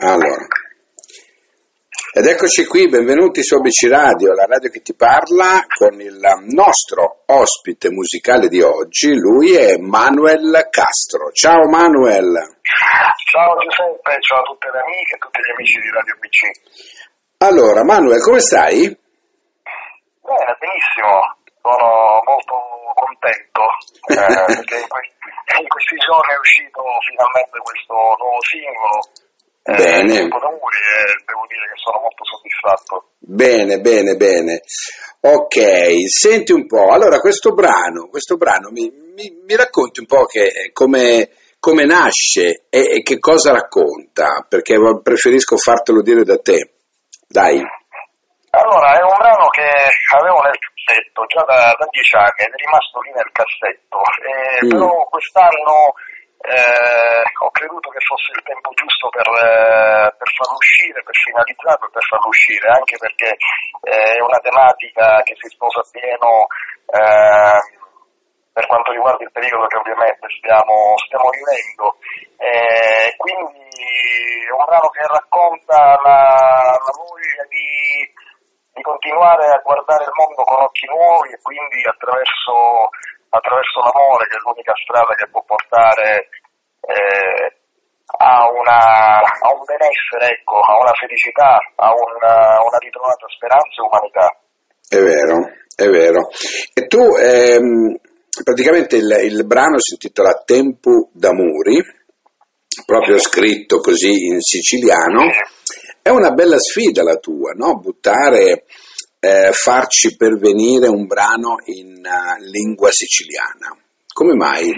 Allora, ed eccoci qui, benvenuti su ABC Radio, la radio che ti parla, con il nostro ospite musicale di oggi. Lui è Manuel Castro. Ciao Manuel. Ciao Giuseppe, ciao a tutte le amiche e tutti gli amici di Radio ABC. Allora, Manuel, come stai? Bene, benissimo, sono molto contento perché in questi giorni è uscito finalmente questo nuovo singolo. Bene. D'amore, e devo dire che sono molto soddisfatto. Bene. Ok, senti un po', allora questo brano mi racconti un po' come nasce e che cosa racconta, perché preferisco fartelo dire da te, dai. Allora, è un brano che avevo nel cassetto già da 10 anni ed è rimasto lì nel cassetto, però quest'anno ho creduto che fosse il tempo giusto per farlo uscire, per finalizzarlo e per farlo uscire, anche perché è una tematica che si sposa pieno per quanto riguarda il periodo che ovviamente stiamo vivendo. Quindi è un brano che racconta la voglia di continuare a guardare il mondo con occhi nuovi e quindi attraverso l'amore, che è l'unica strada che può portare a un benessere, ecco, a una felicità, a una ritrovata speranza e umanità. È vero. E tu, praticamente il brano si intitola Tempo d'amori, proprio scritto così in siciliano. È una bella sfida la tua, no? Farci pervenire un brano in lingua siciliana. Come mai?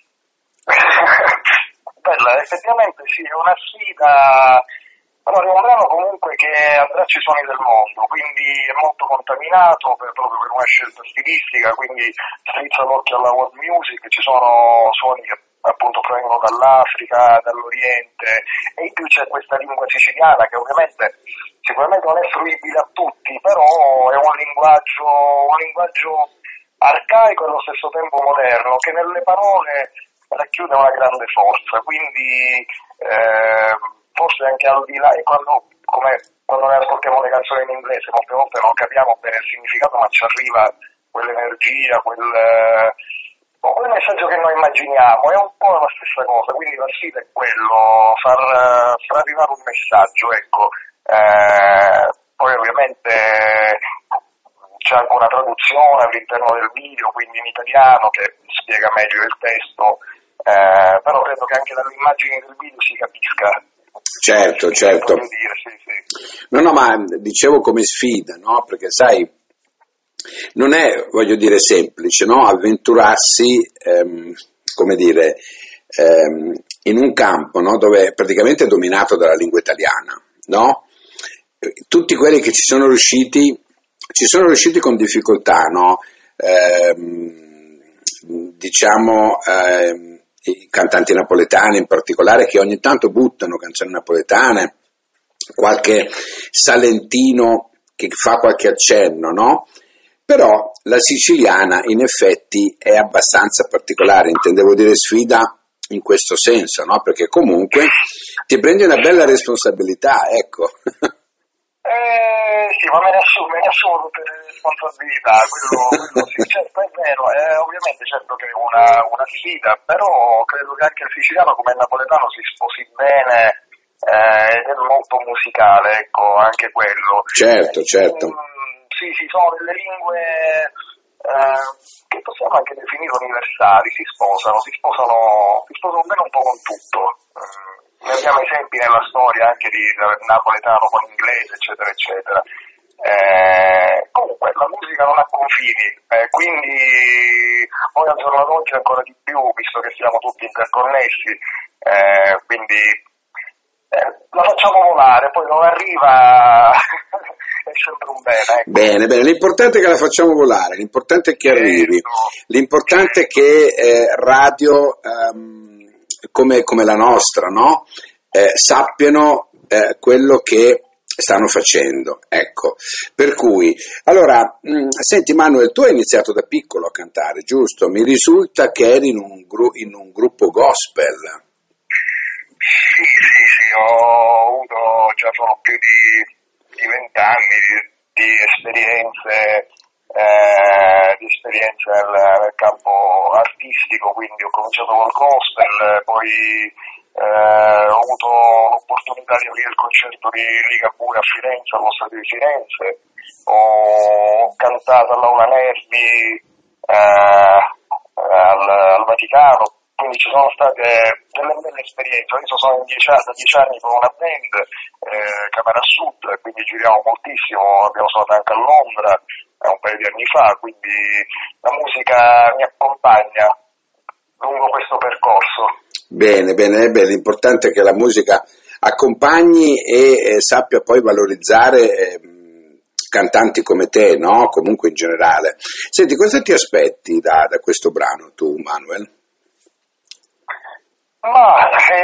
Bella, effettivamente sì, è una sfida. Allora, è un brano comunque che abbraccia i suoni del mondo, quindi è molto contaminato proprio per una scelta stilistica, quindi strizza l'occhio alla world music, ci sono suoni che appunto provengono dall'Africa, dall'Oriente, e in più c'è questa lingua siciliana che ovviamente sicuramente non è fruibile a tutti, però è un linguaggio arcaico e allo stesso tempo moderno, che nelle parole racchiude una grande forza, quindi forse anche al di là, e quando ne ascoltiamo le canzoni in inglese molte volte non capiamo bene il significato, ma ci arriva quell'energia, quel messaggio che noi immaginiamo. È un po' la stessa cosa, quindi la sfida è quello, far arrivare un messaggio, ecco. Poi ovviamente c'è anche una traduzione all'interno del video, quindi in italiano, che spiega meglio il testo, però credo che anche dalle immagini del video si capisca. Certo. Dire, sì. No, ma dicevo come sfida, no? Perché sai, non è, voglio dire, semplice, no? Avventurarsi, in un campo, no? Dove praticamente è dominato dalla lingua italiana, no? Tutti quelli che ci sono riusciti con difficoltà, no? I cantanti napoletani in particolare, che ogni tanto buttano canzoni napoletane, qualche salentino che fa qualche accenno, no? Però la siciliana in effetti è abbastanza particolare, intendevo dire sfida in questo senso, no? Perché comunque ti prendi una bella responsabilità, ecco. Sì, ma me ne assumo tutte le responsabilità, quello sì, certo è vero, ovviamente certo che è una sfida, però credo che anche il siciliano come il napoletano si sposi bene ed è molto musicale, ecco, anche quello. Certo. Sì, sono delle lingue che possiamo anche definire universali, si sposano bene un po' con tutto. Ne abbiamo esempi nella storia anche di napoletano con inglese, eccetera. Comunque la musica non ha confini, quindi poi al giorno d'oggi ancora di più, visto che siamo tutti interconnessi, quindi la facciamo volare, poi non arriva è sempre un bene. Ecco. Bene, l'importante è che la facciamo volare, l'importante è che arrivi, l'importante è che radio come la nostra, no? Sappiano quello che stanno facendo, ecco. Per cui, allora, senti Manuel, tu hai iniziato da piccolo a cantare, giusto? Mi risulta che eri in un gruppo gospel. Sì, ho avuto sono più di 20 anni di esperienze nel campo artistico, quindi ho cominciato col gospel, poi ho avuto l'opportunità di aprire il concerto di Ligabue a Firenze, allo Stadio di Firenze, ho cantato all'Aula Nervi al Vaticano, quindi ci sono state delle belle esperienze. Adesso sono da 10 anni con una band, Camera Sud, quindi giriamo moltissimo, abbiamo suonato anche a Londra un paio di anni fa, quindi la musica mi accompagna lungo questo percorso. Bene, l'importante è che la musica accompagni e sappia poi valorizzare cantanti come te, no? Comunque in generale. Senti, cosa ti aspetti da questo brano tu, Manuel? Ma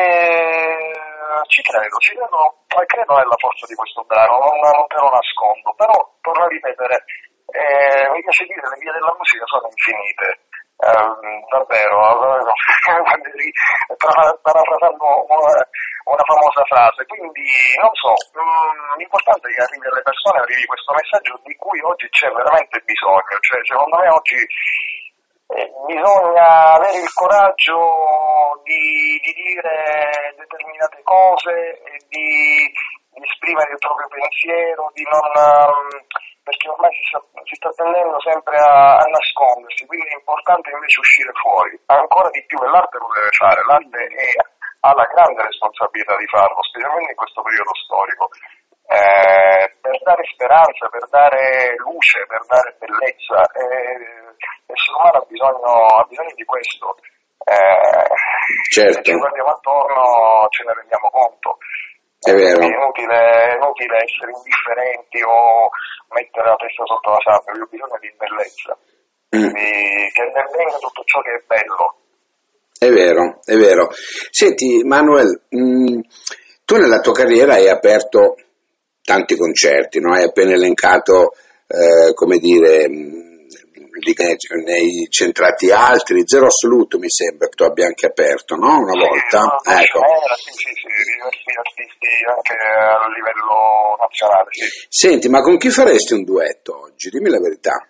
ci credo nella forza di questo brano, non te lo nascondo, però torno a ripetere, mi piace dire le vie della musica sono infinite. Davvero, parafrasando una famosa frase, quindi non so, l'importante è che arrivi alle persone, arrivi questo messaggio di cui oggi c'è veramente bisogno, cioè secondo me oggi bisogna avere il coraggio di dire determinate cose e di esprimere il proprio pensiero, di non perché ormai si sta tendendo sempre a nascondersi, quindi è importante invece uscire fuori, ancora di più, e l'arte lo deve fare, l'arte ha la grande responsabilità di farlo, specialmente in questo periodo storico, per dare speranza, per dare luce, per dare bellezza, l'essere umano ha bisogno di questo, certo. Se ci guardiamo attorno ce ne rendiamo conto. È vero. È inutile essere indifferenti o mettere la testa sotto la sabbia, io ho bisogno di bellezza, quindi che ne venga tutto ciò che è bello. È vero. Senti, Manuel, tu nella tua carriera hai aperto tanti concerti, no? Hai appena elencato, come dire, ne hai centrati altri, Zero Assoluto mi sembra che tu abbia anche aperto, no? Una volta. Ecco. Sì, diversi artisti anche a livello nazionale, sì. Senti, ma con chi faresti un duetto oggi? Dimmi la verità.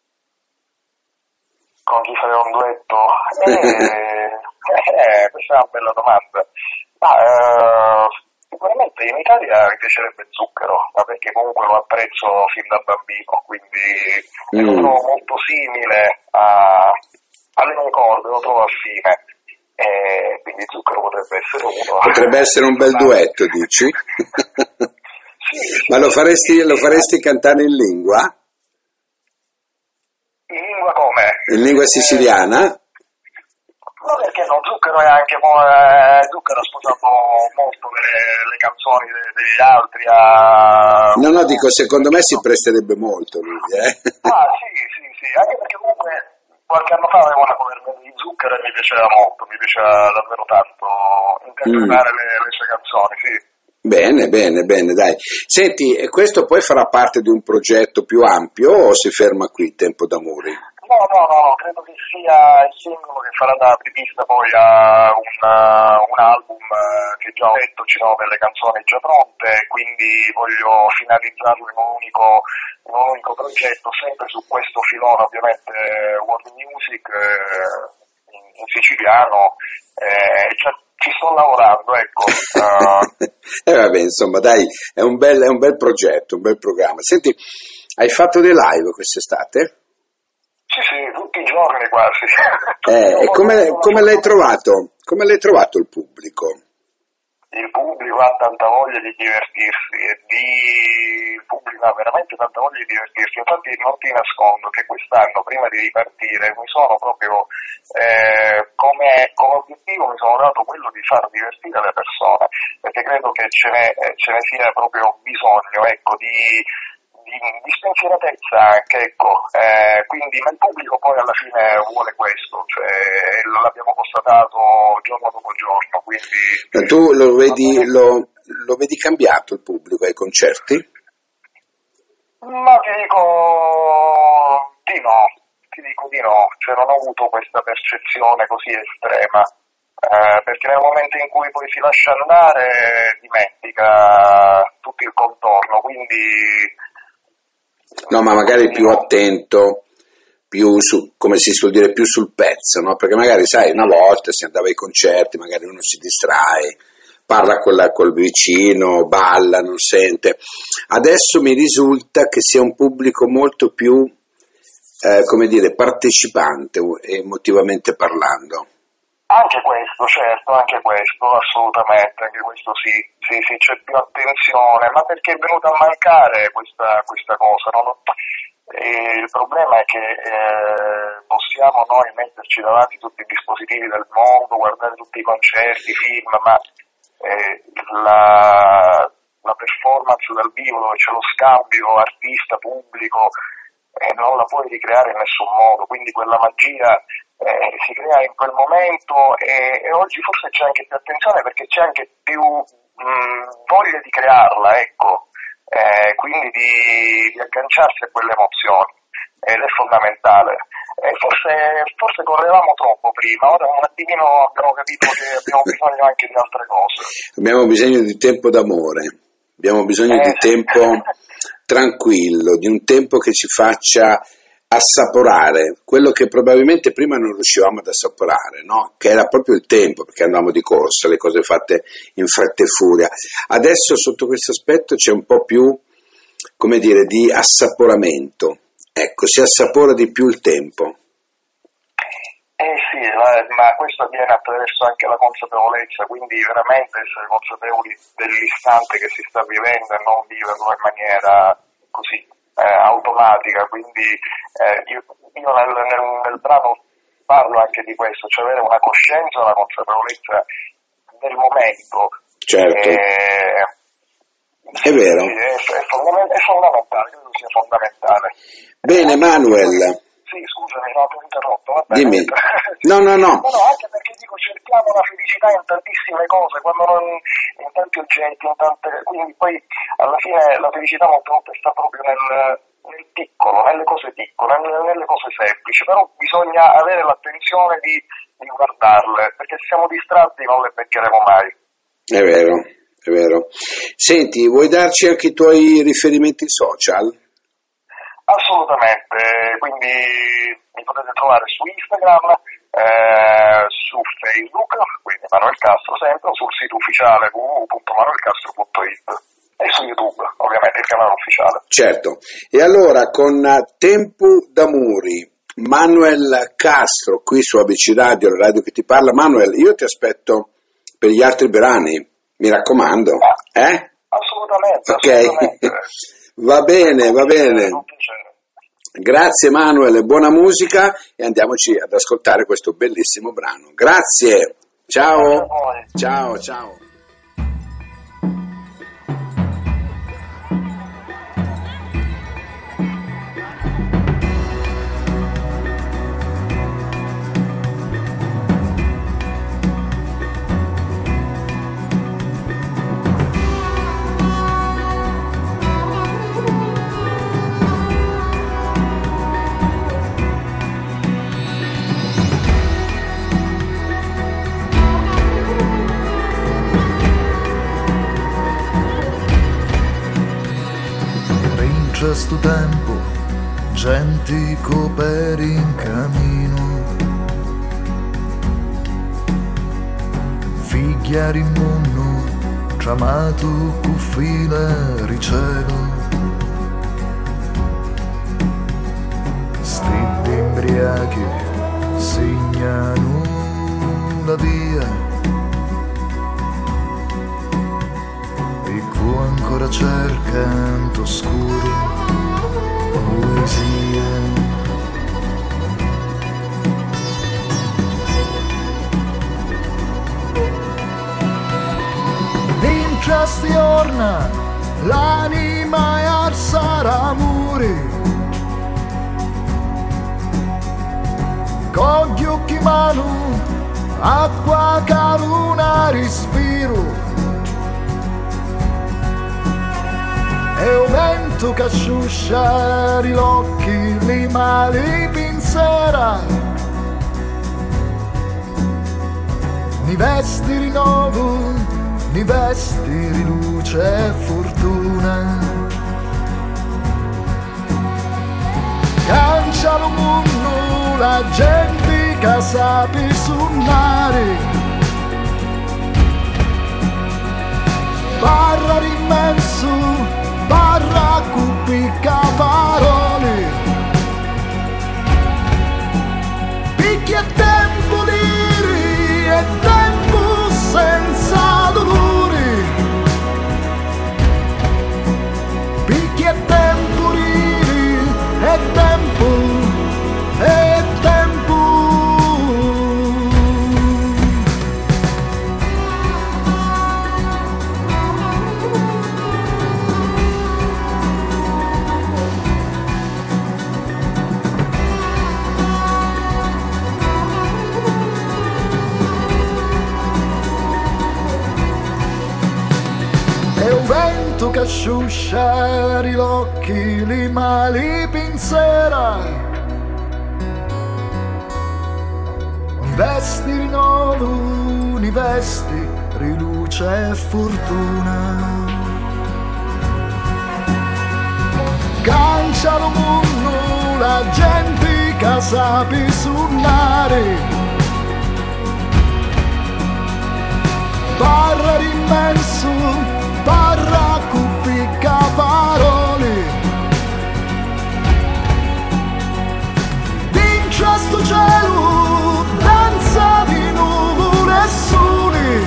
Con chi farei un duetto? Questa è una bella domanda. Sicuramente in Italia mi piacerebbe Zucchero, ma perché comunque lo apprezzo fin da bambino, quindi lo trovo molto simile alle mie corde, lo trovo affine. Quindi Zucchero potrebbe essere uno. Potrebbe essere un bel duetto, dici? Sì, ma lo faresti cantare in lingua? In lingua come? In lingua siciliana? No, perché no, Zucchero è anche Zucchero ha sposato molto le canzoni degli altri. No, dico, secondo me si presterebbe molto lui, Sì, anche perché comunque qualche anno fa avevo una cover di Zucchero e mi piaceva molto, mi piaceva davvero tanto interpretare le sue canzoni, sì. Bene, dai. Senti, e questo poi farà parte di un progetto più ampio o si ferma qui, Tempo d'Amore? No, credo che sia il singolo che farà da apripista poi a un album che già ho detto, ci sono delle canzoni già pronte, quindi voglio finalizzarlo in un unico progetto, sempre su questo filone ovviamente world music, in siciliano, ci sto lavorando, ecco. Vabbè, insomma, dai, è un bel progetto, un bel programma. Senti, hai fatto dei live quest'estate? Sì, tutti i giorni quasi. E come l'hai trovato? Come l'hai trovato il pubblico? Il pubblico ha tanta voglia di divertirsi il pubblico ha veramente tanta voglia di divertirsi. Infatti non ti nascondo che quest'anno, prima di ripartire, mi sono proprio come obiettivo mi sono dato quello di far divertire le persone, perché credo che ce ne sia proprio bisogno, ecco, di spensieratezza anche, ecco, quindi il pubblico poi alla fine vuole questo, cioè l'abbiamo constatato giorno dopo giorno, quindi... Ma tu lo vedi cambiato il pubblico ai concerti? Ma ti dico di no, cioè non ho avuto questa percezione così estrema, perché nel momento in cui poi si lascia andare dimentica tutto il contorno, quindi... No, ma magari più attento, più su, come si suol dire, più sul pezzo, no? Perché magari, sai, una volta si andava ai concerti, magari uno si distrae, parla col vicino, balla, non sente. Adesso mi risulta che sia un pubblico molto più, come dire, partecipante emotivamente parlando. Anche questo, certo, anche questo, assolutamente, anche questo sì, c'è più attenzione, ma perché è venuta a mancare questa cosa, no? Il problema è che possiamo noi metterci davanti tutti i dispositivi del mondo, guardare tutti i concerti, film, ma la performance dal vivo dove c'è lo scambio artista-pubblico non la puoi ricreare in nessun modo, quindi quella magia si crea in quel momento e oggi forse c'è anche più attenzione perché c'è anche più voglia di crearla, ecco, quindi di agganciarsi a quelle emozioni ed è fondamentale. Forse correvamo troppo prima, ora un attimino abbiamo capito che abbiamo bisogno anche di altre cose. Abbiamo bisogno di tempo d'amore, abbiamo bisogno di tempo tranquillo, di un tempo che ci faccia assaporare quello che probabilmente prima non riuscivamo ad assaporare, no? Che era proprio il tempo, perché andavamo di corsa, le cose fatte in fretta e furia. Adesso sotto questo aspetto c'è un po' più, come dire, di assaporamento. Ecco, si assapora di più il tempo. Sì, ma questo avviene attraverso anche la consapevolezza, quindi veramente essere consapevoli dell'istante che si sta vivendo e non viverlo in maniera così automatica, quindi io nel brano parlo anche di questo, cioè avere una coscienza, una consapevolezza del momento. Certo, è vero. È fondamentale, credo sia fondamentale. Bene, Manuel. Sì, scusami, no, ti ho interrotto. Vabbè. Dimmi. No. No, anche perché dico, cerchiamo la felicità in tantissime cose, in tanti oggetti, quindi poi alla fine la felicità molte volte sta proprio nel piccolo, nelle cose piccole, nelle cose semplici, però bisogna avere l'attenzione di guardarle, perché se siamo distratti non le beccheremo mai. È vero, è vero. Senti, vuoi darci anche i tuoi riferimenti social? Assolutamente, quindi mi potete trovare su Instagram, su Facebook, quindi Manuel Castro sempre, o sul sito ufficiale www.manuelcastro.it e su YouTube, ovviamente il canale ufficiale. Certo, e allora con Tempo d'Amuri, Manuel Castro qui su ABC Radio, la radio che ti parla. Manuel, io ti aspetto per gli altri brani, mi raccomando. Assolutamente, ok. assolutamente. Va bene. Grazie Manuel, buona musica e andiamoci ad ascoltare questo bellissimo brano. Grazie, ciao. Ciao. Sto tempo, gentico per in cammino, figlia rimunno, tramato cu fila ricelo, sti imbriachi segnano la via, e cu ancora cercando oscuro poesia. In stiorna l'anima è arsara muri, con gli occhi manu acqua caruna respiro, e un vento che asciuscia gli occhi, li mali pinsera, mi vesti rinnovo, mi vesti di luce e fortuna. Cancia lo mondo, la gente che sape suonare, parla immenso, parla con picca parole, picchia tempo di e tempo senza dolore, picchia tempo di e tempo, e tempo. È un vento che asciuscia gli occhi, li mali pinzera, vesti rinnovo, ni vesti, riluce e fortuna. Cancia lo mondo, la gente che sape suonare, parla immenso, parla con picca parole, dentro sto cielo danza di nuvole e sole,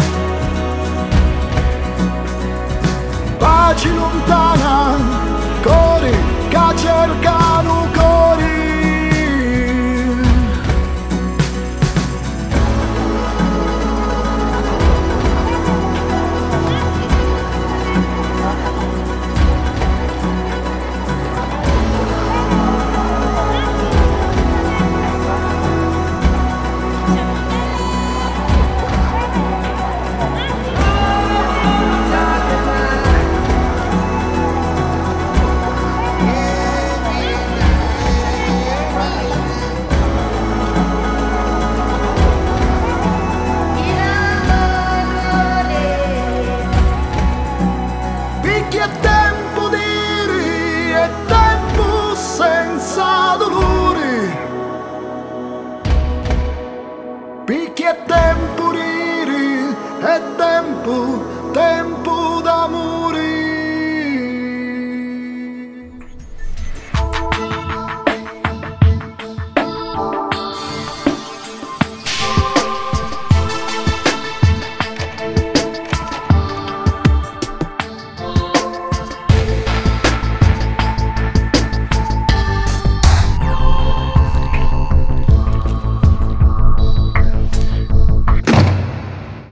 pace lontana, cori che cercano cori. Picchia tempo di e tempo senza dolore, picchia tempo di e tempo